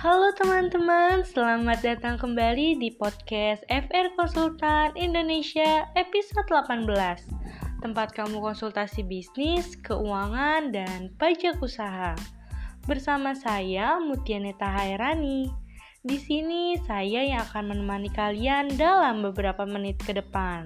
Halo teman-teman, selamat datang kembali di podcast FR Konsultan Indonesia episode 18. Tempat kamu konsultasi bisnis, keuangan, dan pajak usaha. Bersama saya Mutianeta Hairani. Di sini saya yang akan menemani kalian dalam beberapa menit ke depan.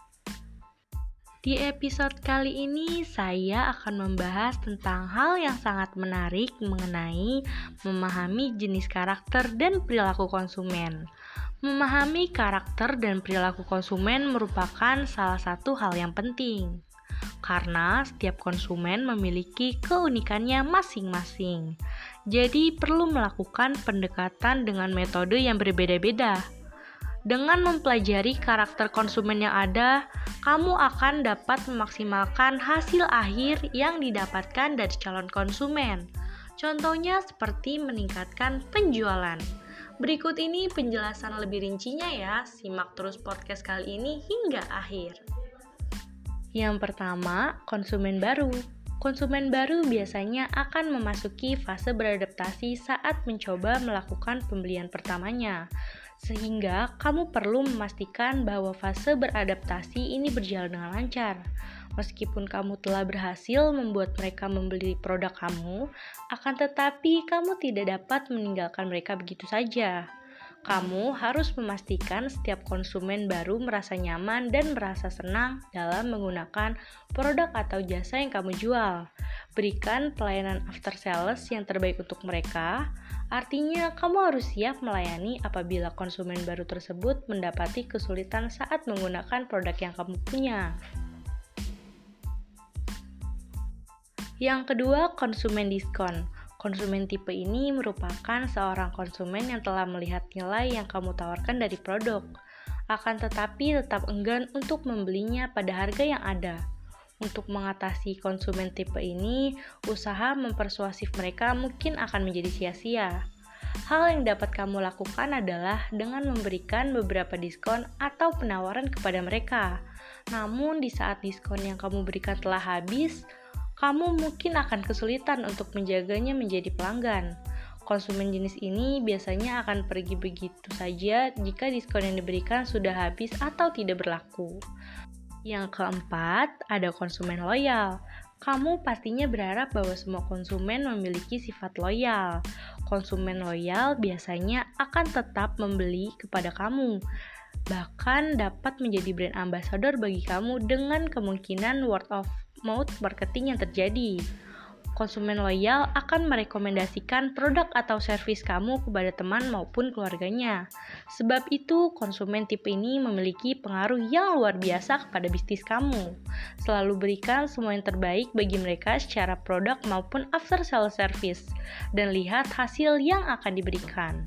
Di episode kali ini, saya akan membahas tentang hal yang sangat menarik mengenai memahami jenis karakter dan perilaku konsumen. Memahami karakter dan perilaku konsumen merupakan salah satu hal yang penting, karena setiap konsumen memiliki keunikannya masing-masing. Jadi, perlu melakukan pendekatan dengan metode yang berbeda-beda. Dengan mempelajari karakter konsumen yang ada, kamu akan dapat memaksimalkan hasil akhir yang didapatkan dari calon konsumen. Contohnya seperti meningkatkan penjualan. Berikut ini penjelasan lebih rincinya ya, simak terus podcast kali ini hingga akhir. Yang pertama, konsumen baru. Konsumen baru biasanya akan memasuki fase beradaptasi saat mencoba melakukan pembelian pertamanya. Sehingga kamu perlu memastikan bahwa fase beradaptasi ini berjalan dengan lancar. Meskipun kamu telah berhasil membuat mereka membeli produk kamu, akan tetapi kamu tidak dapat meninggalkan mereka begitu saja. Kamu harus memastikan setiap konsumen baru merasa nyaman dan merasa senang dalam menggunakan produk atau jasa yang kamu jual. Berikan pelayanan after sales yang terbaik untuk mereka. Artinya, kamu harus siap melayani apabila konsumen baru tersebut mendapati kesulitan saat menggunakan produk yang kamu punya. Yang kedua, konsumen diskon. Konsumen tipe ini merupakan seorang konsumen yang telah melihat nilai yang kamu tawarkan dari produk, akan tetapi tetap enggan untuk membelinya pada harga yang ada. Untuk mengatasi konsumen tipe ini, usaha mempersuasif mereka mungkin akan menjadi sia-sia. Hal yang dapat kamu lakukan adalah dengan memberikan beberapa diskon atau penawaran kepada mereka. Namun di saat diskon yang kamu berikan telah habis, kamu mungkin akan kesulitan untuk menjaganya menjadi pelanggan. Konsumen jenis ini biasanya akan pergi begitu saja jika diskon yang diberikan sudah habis atau tidak berlaku. Yang keempat, ada konsumen loyal. Kamu pastinya berharap bahwa semua konsumen memiliki sifat loyal. Konsumen loyal biasanya akan tetap membeli kepada kamu, bahkan dapat menjadi brand ambassador bagi kamu dengan kemungkinan word of mouth marketing yang terjadi. Konsumen loyal akan merekomendasikan produk atau servis kamu kepada teman maupun keluarganya. Sebab itu, konsumen tipe ini memiliki pengaruh yang luar biasa kepada bisnis kamu. Selalu berikan semua yang terbaik bagi mereka secara produk maupun after sales service, dan lihat hasil yang akan diberikan.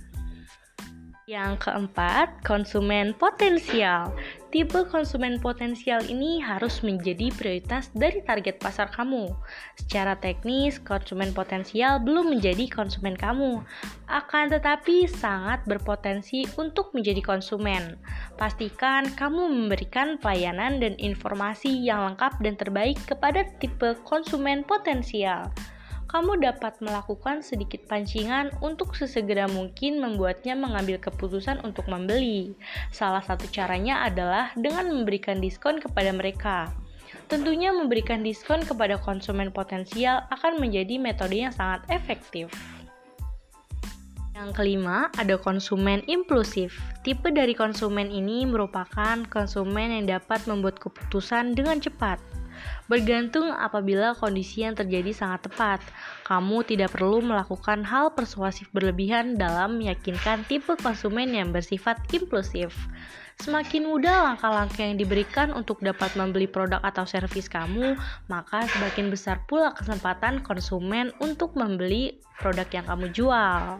Yang keempat, konsumen potensial. Tipe konsumen potensial ini harus menjadi prioritas dari target pasar kamu. Secara teknis, konsumen potensial belum menjadi konsumen kamu, akan tetapi sangat berpotensi untuk menjadi konsumen. Pastikan kamu memberikan pelayanan dan informasi yang lengkap dan terbaik kepada tipe konsumen potensial. Kamu dapat melakukan sedikit pancingan untuk sesegera mungkin membuatnya mengambil keputusan untuk membeli. Salah satu caranya adalah dengan memberikan diskon kepada mereka. Tentunya memberikan diskon kepada konsumen potensial akan menjadi metode yang sangat efektif. Yang kelima, ada konsumen impulsif. Tipe dari konsumen ini merupakan konsumen yang dapat membuat keputusan dengan cepat. Bergantung apabila kondisi yang terjadi sangat tepat. Kamu tidak perlu melakukan hal persuasif berlebihan dalam meyakinkan tipe konsumen yang bersifat impulsif. Semakin mudah langkah-langkah yang diberikan untuk dapat membeli produk atau servis kamu, maka semakin besar pula kesempatan konsumen untuk membeli produk yang kamu jual.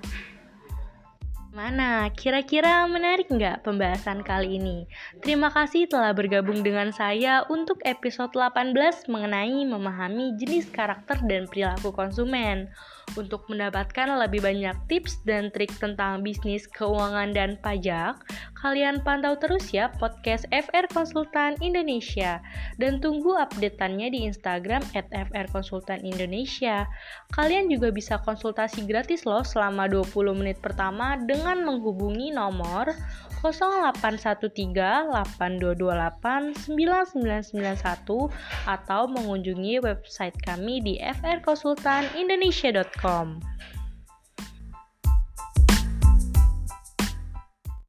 Mana? Kira-kira menarik nggak pembahasan kali ini? Terima kasih telah bergabung dengan saya untuk episode 18 mengenai memahami jenis karakter dan perilaku konsumen. Untuk mendapatkan lebih banyak tips dan trik tentang bisnis, keuangan, dan pajak, kalian pantau terus ya podcast FR Konsultan Indonesia. Dan tunggu update-annya di Instagram @frkonsultanindonesia. Kalian juga bisa konsultasi gratis loh selama 20 menit pertama dengan menghubungi nomor 0813 8228 9991 atau mengunjungi website kami di frkonsultanindonesia.com.